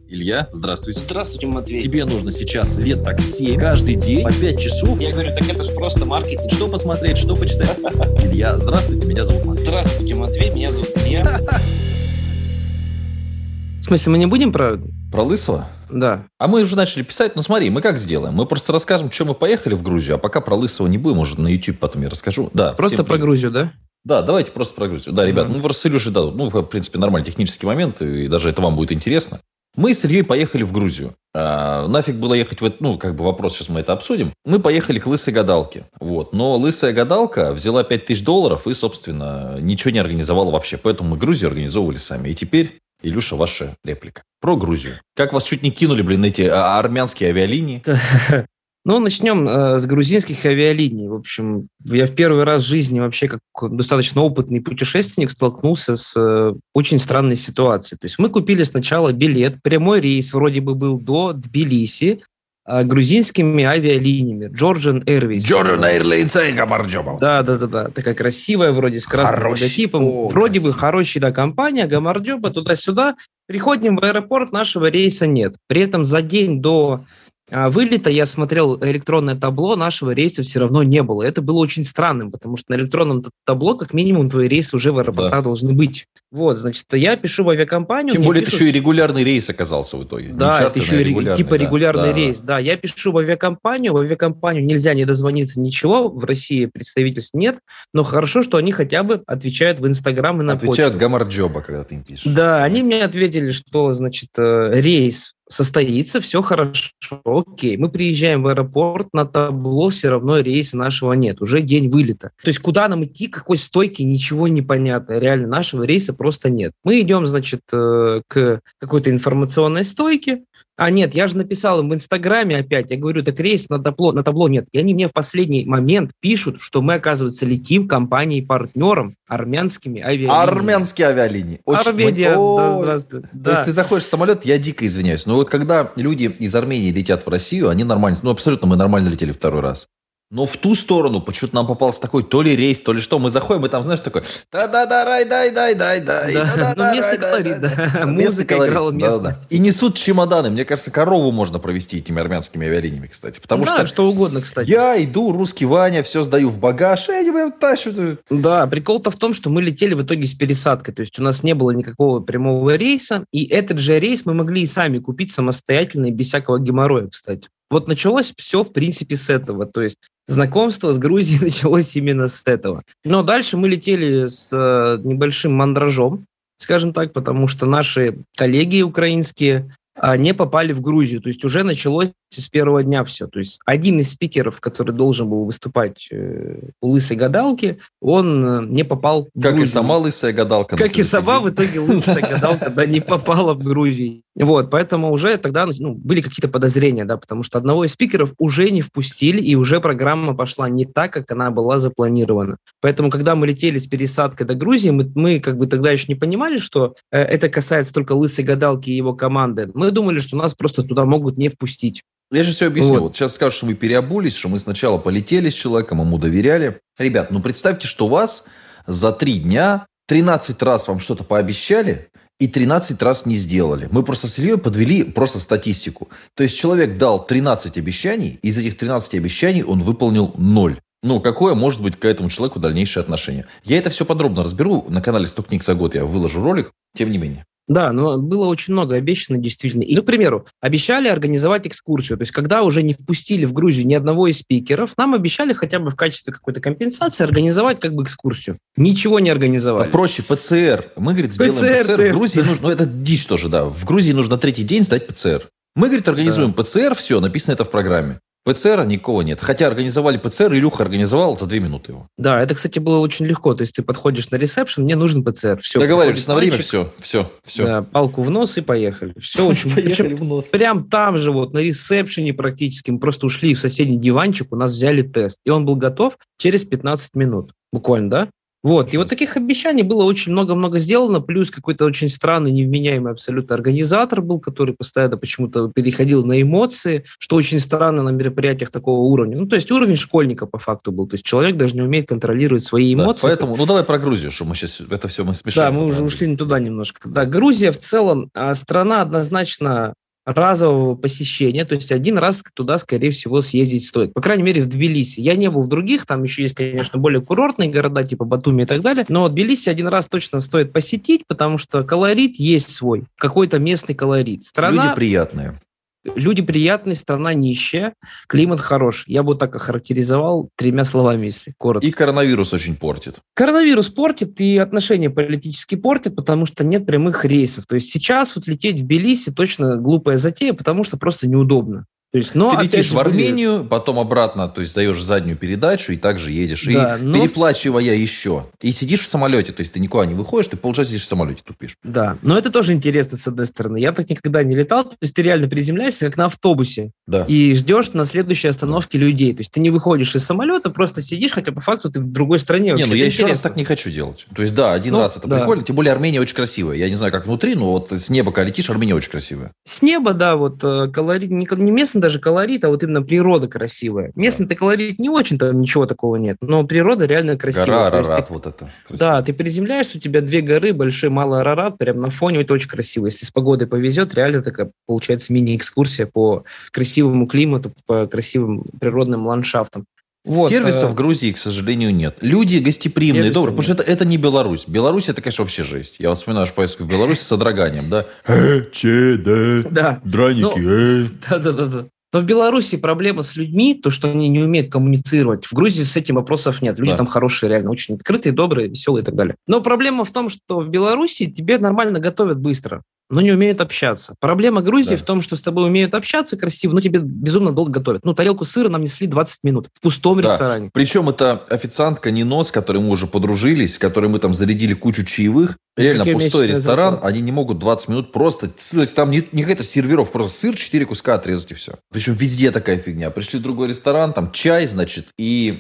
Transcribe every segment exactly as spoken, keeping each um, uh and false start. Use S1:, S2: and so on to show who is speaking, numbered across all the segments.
S1: Илья, здравствуйте.
S2: Здравствуйте, Матвей.
S1: Тебе нужно сейчас лет так семь, каждый день, по пять часов.
S2: Я говорю, так это же просто маркетинг.
S1: Что посмотреть, что почитать. Илья, здравствуйте, меня зовут Матвей.
S2: Здравствуйте, Матвей, меня зовут Илья.
S3: В смысле, мы не будем про...
S1: Про Лысого?
S3: Да.
S1: А мы уже начали писать. Ну смотри, мы как сделаем? Мы просто расскажем, что мы поехали в Грузию, а пока про Лысого не будем, может, на YouTube потом я расскажу. Да.
S3: Просто про Грузию, да?
S1: Да, давайте просто про Грузию. Да, ребят,
S3: Mm-hmm.
S1: ну просто с Илюшей, да, ну, в принципе, нормальный технический момент, и даже это вам будет интересно. Мы с Ильей поехали в Грузию. А, нафиг было ехать в это, ну, как бы вопрос, сейчас мы это обсудим. Мы поехали к лысой гадалке. Вот. Но лысая гадалка взяла пять тысяч долларов и, собственно, ничего не организовала вообще. Поэтому мы Грузию организовывали сами. И теперь, Илюша, ваша реплика. Про Грузию. Как вас чуть не кинули, блин, эти армянские авиалинии?
S3: Ну, начнем э, с грузинских авиалиний. В общем, я в первый раз в жизни вообще как достаточно опытный путешественник столкнулся с э, очень странной ситуацией. То есть мы купили сначала билет, прямой рейс вроде бы был до Тбилиси, э, грузинскими авиалиниями. Georgian Airways.
S4: Georgian Airlines и Гамарджоба.
S3: Да, да, да, да. Такая красивая, вроде с красным
S4: Хороший
S3: логотипом.
S4: образ.
S3: Вроде бы хорошая, да, компания, Гамарджоба, туда-сюда. Приходим в аэропорт, нашего рейса нет. При этом за день до вылета я смотрел электронное табло, нашего рейса все равно не было. Это было очень странным, потому что на электронном табло как минимум твои рейсы уже в аэропортах да. должны быть. Вот, значит, я пишу в авиакомпанию.
S1: Тем более,
S3: пишут...
S1: это еще и регулярный рейс оказался в итоге.
S3: Да, это еще и регулярный, типа
S1: да.
S3: регулярный
S1: да.
S3: рейс. Да, я пишу в авиакомпанию, в авиакомпанию нельзя не дозвониться, ничего, в России представительств нет, но хорошо, что они хотя бы отвечают в Инстаграм и на почту.
S4: Отвечают Гамарджоба, когда ты им пишешь.
S3: Да, они мне ответили, что, значит, рейс состоится, все хорошо, окей. Мы приезжаем в аэропорт, на табло все равно рейса нашего нет, уже день вылета. То есть куда нам идти, какой стойки, ничего не понятно. Реально нашего рейса просто нет. Мы идем, значит, к какой-то информационной стойке. А нет, я же написал им в Инстаграме опять, я говорю, так рейс на табло, на табло нет. И они мне в последний момент пишут, что мы, оказывается, летим компанией-партнером армянскими авиалиниями.
S4: Армянские авиалинии.
S3: Очень... Армения, мы... да, здравствуй.
S4: То
S3: да.
S4: есть ты заходишь в самолет, я дико извиняюсь, но вот когда люди из Армении летят в Россию, они нормально, ну абсолютно мы нормально летели второй раз. Но в ту сторону почему-то нам попался такой то ли рейс, то ли что. Мы заходим, и там, знаешь, такой...
S3: Да-да-да-рай-дай-дай-дай-дай.
S4: Ну,
S3: местный колорит, да. Музыка играла местно.
S4: И несут чемоданы. Мне кажется, корову можно провести этими армянскими авиалиниями, кстати. Потому
S3: да,
S4: что...
S3: что угодно, кстати.
S4: Я иду, русский Ваня, все сдаю в багаж, и они меня тащат.
S3: Да, прикол-то в том, что мы летели в итоге с пересадкой. То есть у нас не было никакого прямого рейса. И этот же рейс мы могли и сами купить самостоятельно и без всякого геморроя, кстати. Вот началось все, в принципе, с этого. То есть знакомство с Грузией началось именно с этого. Но дальше мы летели с э, небольшим мандражом, скажем так, потому что наши коллеги украинские э, не попали в Грузию. То есть уже началось с первого дня все. То есть один из спикеров, который должен был выступать э, у лысой гадалки, он э, не попал в
S1: как
S3: Грузию.
S1: И сама лысая гадалка.
S3: Как и сама в итоге лысая гадалка, да, не попала в Грузию. Вот, поэтому уже тогда ну, были какие-то подозрения, да, потому что одного из спикеров уже не впустили, и уже программа пошла не так, как она была запланирована. Поэтому, когда мы летели с пересадкой до Грузии, мы, мы как бы тогда еще не понимали, что э, это касается только лысой гадалки и его команды. Мы думали, что нас просто туда могут не впустить.
S4: Я же все объясню.
S3: Вот.
S4: Вот сейчас скажут, что мы переобулись, что мы сначала полетели с человеком, ему доверяли. Ребят, ну представьте, что вас за три дня тринадцать раз вам что-то пообещали, и тринадцать раз не сделали. Мы просто с Ильей подвели просто статистику. То есть человек дал тринадцать обещаний, из этих тринадцати обещаний он выполнил ноль. Ну, какое может быть к этому человеку дальнейшее отношение? Я это все подробно разберу. На канале сто книг за год я выложу ролик, тем не менее.
S3: Да, но было очень много обещано, действительно. И, к примеру, обещали организовать экскурсию. То есть, когда уже не впустили в Грузию ни одного из спикеров, нам обещали хотя бы в качестве какой-то компенсации организовать как бы экскурсию. Ничего не организовали.
S4: Да проще, ПЦР. Мы, говорит, сделаем ПЦР. ПЦР. В Грузии нужно... Ну, это дичь тоже, да. В Грузии нужно третий день сдать ПЦР. Мы, говорит, организуем да. ПЦР, все, написано это в программе. ПЦРа никого нет. Хотя организовали ПЦР, Илюха организовал за две минуты его.
S3: Да, это, кстати, было очень легко. То есть ты подходишь на ресепшн, мне нужен ПЦР. Все.
S4: Договариваешься на время, все, все, все.
S3: Да, палку в нос и поехали. Все очень...
S1: Поехали в нос.
S3: Прям там же вот, на ресепшене практически, мы просто ушли в соседний диванчик, у нас взяли тест. И он был готов через пятнадцать минут. Буквально, да? Вот, и вот таких обещаний было очень много-много сделано, плюс какой-то очень странный, невменяемый абсолютно организатор был, который постоянно почему-то переходил на эмоции, что очень странно на мероприятиях такого уровня. Ну, то есть уровень школьника по факту был, то есть человек даже не умеет контролировать свои эмоции.
S1: Да, поэтому, ну давай про Грузию, что мы сейчас, это все мы смешаем.
S3: Да, мы уже ушли не туда немножко. Да, Грузия в целом, страна однозначно разового посещения, то есть один раз туда, скорее всего, съездить стоит. По крайней мере, в Тбилиси. Я не был в других, там еще есть, конечно, более курортные города, типа Батуми и так далее, но Тбилиси один раз точно стоит посетить, потому что колорит есть свой, какой-то местный колорит. Страна...
S4: Люди приятные.
S3: Люди приятные, страна нищая, климат хороший. Я бы так охарактеризовал тремя словами, если коротко.
S1: И коронавирус очень портит.
S3: Коронавирус портит, и отношения политически портит, потому что нет прямых рейсов. То есть сейчас вот лететь в Тбилиси точно глупая затея, потому что просто неудобно. То есть, но,
S1: ты летишь
S3: же,
S1: в Армению, были... потом обратно, то есть даешь заднюю передачу и также едешь, да, и но... переплачивая еще. И сидишь в самолете, то есть ты никуда не выходишь, ты полчаса сидишь в самолете, тупишь.
S3: Да, но это тоже интересно, с одной стороны. Я так никогда не летал, то есть ты реально приземляешься, как на автобусе,
S1: да.
S3: И ждешь на следующей остановке да. людей. То есть ты не выходишь из самолета, просто сидишь, хотя по факту ты в другой стране.
S1: Не, ну я еще
S3: интересно.
S1: раз так не хочу делать. То есть да, один ну, раз это да. прикольно, тем более Армения очень красивая. Я не знаю, как внутри, но вот с неба, когда летишь, Армения очень красивая.
S3: С неба, да, вот колорит, не местный даже колорит, а вот именно природа красивая. Местный-то колорит не очень-то ничего такого нет, но природа реально красивая.
S1: Гора Арарат, ты, вот это.
S3: Красиво. Да, ты приземляешься, у тебя две горы, большой, малый Арарат, прям на фоне, это очень красиво. Если с погодой повезет, реально такая получается мини-экскурсия по красивому климату, по красивым природным ландшафтам. Вот,
S1: Сервисов
S3: а...
S1: в Грузии, к сожалению, нет. Люди гостеприимные, Сервиса добрые, потому что это, это не Беларусь. Беларусь это, конечно, вообще жесть. Я вспоминаю поездку в Беларусь с содроганием, да? Э, че, да,
S3: да.
S1: драники, э.
S3: Да-да-да. Но в Беларуси проблема с людьми, то, что они не умеют коммуницировать. В Грузии с этим вопросов нет. Люди да. там хорошие, реально, очень открытые, добрые, веселые и так далее. Но проблема в том, что в Беларуси тебе нормально готовят быстро, но не умеют общаться. Проблема Грузии да. в том, что с тобой умеют общаться красиво, но тебе безумно долго готовят. Ну, тарелку сыра нам несли двадцать минут в пустом да. ресторане.
S1: Причем это официантка Нино, с которой мы уже подружились, с которой мы там зарядили кучу чаевых. Реально Какие пустой ресторан, зарплаты? Они не могут двадцать минут просто... Там не, не какая-то сервировка, просто сыр, четыре куска отрезать и все. Причем везде такая фигня. Пришли в другой ресторан, там чай, значит, и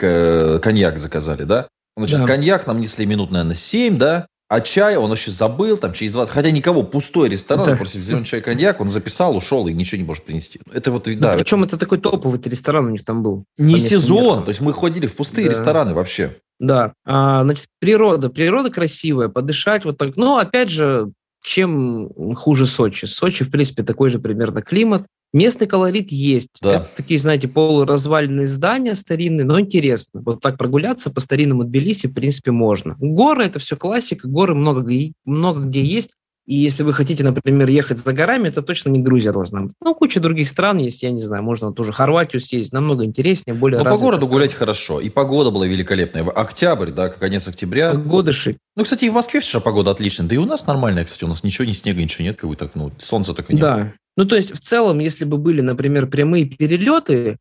S1: э, коньяк заказали, да? Значит, да. коньяк нам несли минут, наверное, семь, да? А чай он вообще забыл, там через двадцать... Хотя никого, пустой ресторан, да. просто взял чай, коньяк, он записал, ушел и ничего не может принести. Это вот, да.
S3: Ну, причем это... это такой топовый ресторан у них там был.
S1: Не сезон, метру. То есть мы ходили в пустые да. рестораны вообще.
S3: Да, а, значит, природа. Природа красивая, подышать вот так. Но, опять же, чем хуже Сочи? Сочи, в принципе, такой же примерно климат. Местный колорит есть.
S1: Да.
S3: Это такие, знаете, полуразваленные здания старинные, но интересно. Вот так прогуляться по старинному Тбилиси, в принципе, можно. Горы – это все классика, горы много, много где есть. И если вы хотите, например, ехать за горами, это точно не Грузия должна быть. Ну, куча других стран есть, я не знаю, можно тоже Хорватию съездить, намного интереснее, более
S1: Ну, по городу
S3: страна.
S1: гулять хорошо, и погода была великолепная. Октябрь, да, конец октября.
S3: Погода шик.
S1: Ну, кстати, и в Москве вчера погода отличная, да и у нас нормальная, кстати, у нас ничего, ни снега, ничего нет, как бы так, ну, солнца так и нет.
S3: Да, ну, то есть, в целом, если бы были, например, прямые перелеты,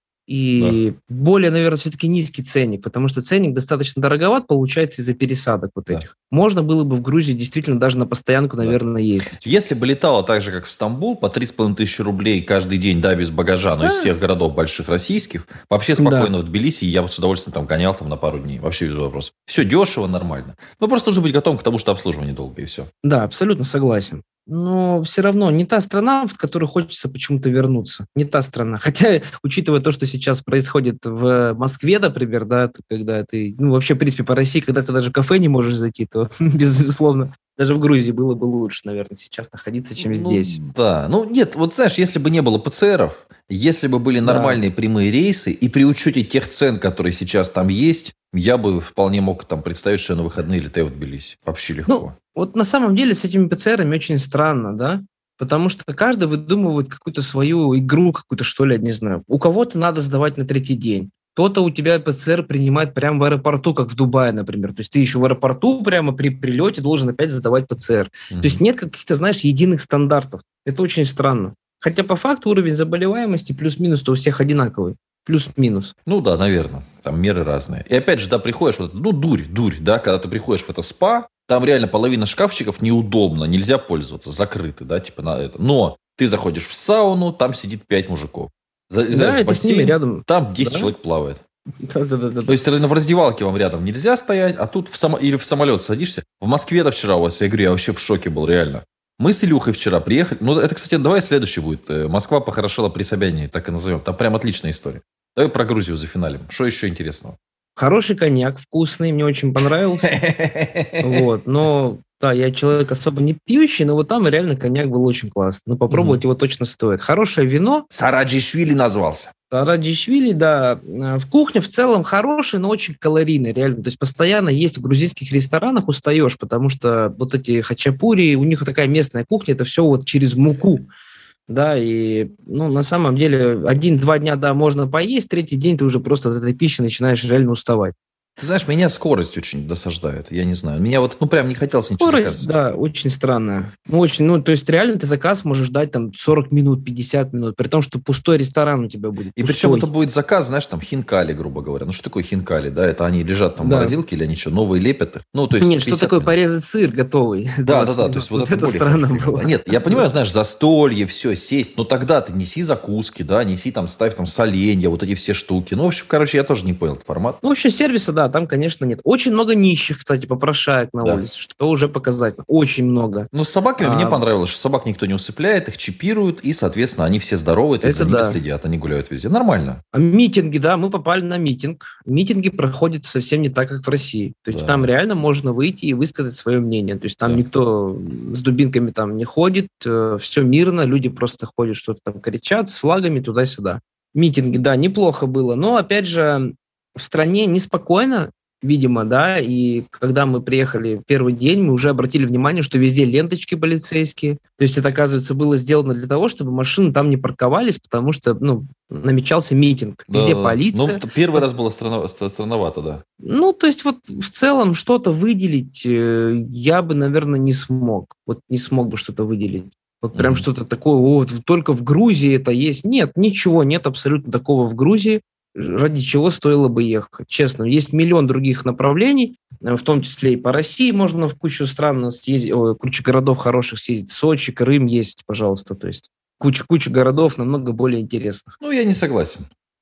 S3: и да. более, наверное, все-таки низкий ценник, потому что ценник достаточно дороговат, получается, из-за пересадок вот да. этих. Можно было бы в Грузии действительно даже на постоянку, наверное, да. ездить.
S1: Если бы летало так же, как в Стамбул, по три с половиной тысячи рублей каждый день, да, без багажа, но да. из всех городов больших российских, вообще спокойно да. в Тбилиси, я бы с удовольствием там гонял там, на пару дней, вообще без вопросов. Все дешево, нормально. Но просто нужно быть готовым к тому, что обслуживание долго, и все.
S3: Да, абсолютно согласен. Но все равно не та страна, в которую хочется почему-то вернуться. Не та страна. Хотя, учитывая то, что сейчас происходит в Москве, например, да, когда ты, ну, вообще, в принципе, по России, когда ты даже в кафе не можешь зайти, то, безусловно, даже в Грузии было бы лучше, наверное, сейчас находиться, чем
S1: ну,
S3: здесь.
S1: Да, ну нет, вот знаешь, если бы не было ПЦРов, если бы были нормальные да. прямые рейсы, и при учете тех цен, которые сейчас там есть, я бы вполне мог там представить, что я на выходные летаю в Тбилиси. Вообще легко.
S3: Ну, вот на самом деле с этими ПЦРами очень странно, да? Потому что каждый выдумывает какую-то свою игру, какую-то, что ли, я не знаю. У кого-то надо сдавать на третий день. Кто-то у тебя ПЦР принимает прямо в аэропорту, как в Дубае, например. То есть ты еще в аэропорту прямо при прилете должен опять сдавать ПЦР. Mm-hmm. То есть нет каких-то, знаешь, единых стандартов. Это очень странно. Хотя по факту уровень заболеваемости плюс-минус-то у всех одинаковый. Плюс-минус.
S1: Ну да, наверное. Там меры разные. И опять же, да, приходишь, вот, ну, дурь, дурь, да, когда ты приходишь в это спа, там реально половина шкафчиков неудобно, нельзя пользоваться, закрыты, да, типа на это. Но ты заходишь в сауну, там сидит пять мужиков. Залезаешь
S3: да,
S1: в бассейн,
S3: с ними рядом.
S1: Там десять
S3: да?
S1: человек плавает.
S3: Да-да-да.
S1: То есть в раздевалке вам рядом нельзя стоять, а тут в само... или в самолет садишься. В Москве-то вчера у вас, я говорю, я вообще в шоке был, реально. Мы с Илюхой вчера приехали. Ну, это, кстати, давай следующий будет. Москва похорошела при Собянине, так и назовем. Там прям отличная история. Давай про Грузию зафиналим. Что еще интересного?
S3: Хороший коньяк, вкусный, мне очень понравился. Вот, но... Да, я человек особо не пьющий, но вот там реально коньяк был очень классный. Ну, попробовать mm-hmm. его точно стоит. Хорошее вино.
S4: Сараджишвили назвался.
S3: Сараджишвили, да. В кухне в целом хорошая, но очень калорийная, реально. То есть постоянно есть в грузинских ресторанах, устаешь, потому что вот эти хачапури, у них такая местная кухня, это все вот через муку. Да, и ну, на самом деле один-два дня, да, можно поесть, третий день ты уже просто от этой пищи начинаешь реально уставать.
S1: Ты знаешь, меня скорость очень досаждает, я не знаю. Меня вот, ну, прям не хотелось ничего
S3: скорость,
S1: заказывать.
S3: Да, очень странная. Ну, очень, ну, то есть реально ты заказ можешь ждать там сорок минут, пятьдесят минут, при том, что пустой ресторан у тебя будет.
S1: И
S3: пустой.
S1: причем это будет заказ, знаешь, там, хинкали, грубо говоря. Ну, что такое хинкали, да? Это они лежат там да. в морозилке или они что, новые лепят их? Ну, то есть
S3: Нет, что такое минут. Порезать сыр готовый?
S1: Да, да, да, то есть вот, вот это, это странно было. Нет, я понимаю, знаешь, застолье, все, сесть, но тогда ты неси закуски, да, неси там, ставь там соленья, вот эти все штуки. Ну, в общем, короче, я тоже не понял этот формат.
S3: Ну, в общем, сервиса, да, там, конечно, нет. Очень много нищих, кстати, попрошаек на да. улице, что уже показательно. Очень много.
S1: Ну, с собаками а... мне понравилось, что собак никто не усыпляет, их чипируют, и, соответственно, они все здоровые, то есть за ними да. следят, они гуляют везде. Нормально.
S3: А митинги, да, мы попали на митинг. Митинги проходят совсем не так, как в России. То есть да. там реально можно выйти и высказать свое мнение. То есть там да. никто с дубинками там не ходит, все мирно, люди просто ходят, что-то там кричат с флагами туда-сюда. Митинги, да, неплохо было, но, опять же, в стране неспокойно, видимо, да, и когда мы приехали в первый день, мы уже обратили внимание, что везде ленточки полицейские. То есть это, оказывается, было сделано для того, чтобы машины там не парковались, потому что, ну, намечался митинг. Везде да, полиция.
S1: Ну, первый раз было странно, странновато, да.
S3: Ну, то есть вот в целом что-то выделить я бы, наверное, не смог. Вот не смог бы что-то выделить. Вот прям mm-hmm. что-то такое, вот только в Грузии это есть. Нет, ничего нет абсолютно такого в Грузии, ради чего стоило бы ехать. Честно, есть миллион других направлений, в том числе и по России можно в кучу стран съездить, о, кучу городов хороших съездить. Сочи, Крым есть, пожалуйста. То есть куча-куча городов намного более интересных.
S1: Ну, я не согласен.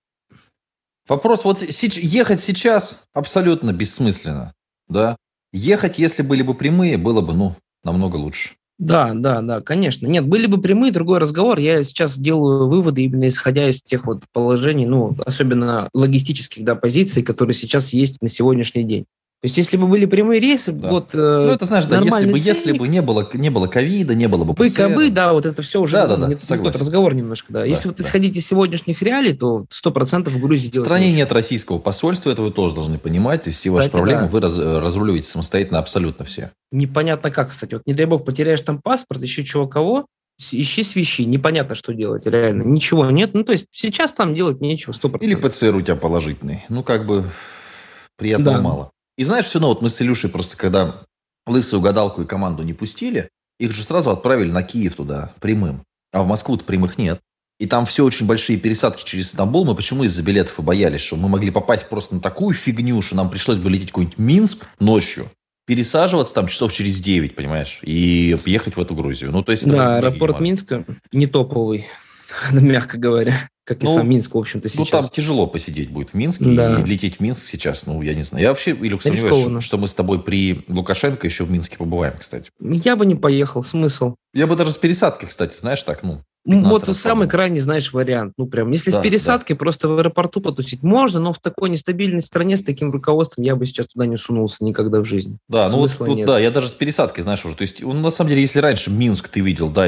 S1: Вопрос, вот ехать сейчас абсолютно бессмысленно, да? Ехать, если были бы прямые, было бы, ну, намного лучше.
S3: Да, да, да, конечно. Нет, были бы прямые, другой разговор. Я сейчас делаю выводы именно исходя из тех вот положений, ну, особенно логистических, да, позиций, которые сейчас есть на сегодняшний день. То есть, если бы были прямые рейсы, да. вот...
S1: Ну, это, знаешь, да, если бы, если бы не было, не было ковида, не было бы ПЦР.
S3: Бы-кобы, да, вот это все уже...
S1: Да, да, да,
S3: не,
S1: согласен.
S3: Тот разговор немножко, да.
S1: да
S3: если вот
S1: да.
S3: исходить из сегодняшних реалий, то сто процентов в Грузии делать
S1: В стране
S3: нечего.
S1: нет российского посольства, это вы тоже должны понимать. То есть, все ваши кстати, проблемы да. вы раз, разруливаете самостоятельно абсолютно все.
S3: Непонятно как, кстати. Вот не дай бог потеряешь там паспорт, еще чего кого, ищи свищи. Непонятно, что делать, реально. Ничего нет. Ну, то есть, сейчас там делать нечего, сто процентов.
S1: Или ПЦР у тебя положительный. Ну, как бы приятного да. мало. И знаешь, все равно, вот мы с Илюшей просто, когда лысую гадалку и команду не пустили, их же сразу отправили на Киев туда, прямым. А в Москву-то прямых нет. И там все очень большие пересадки через Стамбул. Мы почему из-за билетов и боялись, что мы могли попасть просто на такую фигню, что нам пришлось бы лететь в какой-нибудь Минск ночью, пересаживаться там часов через девять, понимаешь, и ехать в эту Грузию. Ну, то есть,
S3: да, аэропорт Минска не топовый, мягко говоря. Как ну, и сам Минск, в общем-то, сейчас.
S1: Ну, там тяжело посидеть будет в Минске. Да. И лететь в Минск сейчас, ну, я не знаю. Я вообще, Илюх, сомневаюсь, что, что мы с тобой при Лукашенко еще в Минске побываем, кстати.
S3: Я бы не поехал, смысл.
S1: Я бы даже с пересадкой, кстати, знаешь, так, ну...
S3: Вот самый крайний, знаешь, вариант. Ну, прям, если да, с пересадкой да. просто в аэропорту потусить можно, но в такой нестабильной стране с таким руководством я бы сейчас туда не сунулся никогда в жизни.
S1: Да, смысла ну вот тут, нет. да, я даже с пересадкой, знаешь, уже. То есть, ну, на самом деле, если раньше Минск ты видел, да,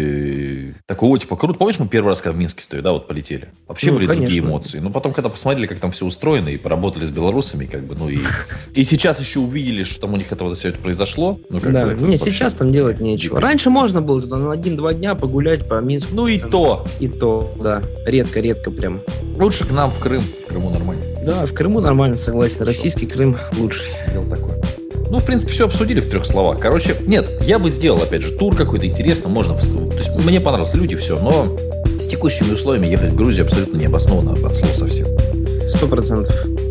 S1: и такой, о, типа, круто. Помнишь, мы первый раз, когда в Минске стояли, да, вот полетели? Вообще ну, были конечно. другие эмоции. Но потом, когда посмотрели, как там все устроено, и поработали с белорусами, как бы, ну, и... И сейчас еще увидели, что там у них это вот все это произошло. Ну, как
S3: да,
S1: бы, это
S3: нет, сейчас там делать нечего. Раньше можно было туда на один-два дня погулять по Минску.
S1: Ну, и то.
S3: И то, да. Редко-редко прям.
S1: Лучше к нам в Крым. В Крыму нормально.
S3: Да, в Крыму нормально, согласен. Российский Крым лучший.
S1: Дело такое. Ну, в принципе, все обсудили в трех словах. Короче, нет, я бы сделал, опять же, тур какой-то интересный. Можно поставить. То есть, мне понравились люди, все. Но с текущими условиями ехать в Грузию абсолютно необоснованно от слова совсем.
S3: Сто процентов.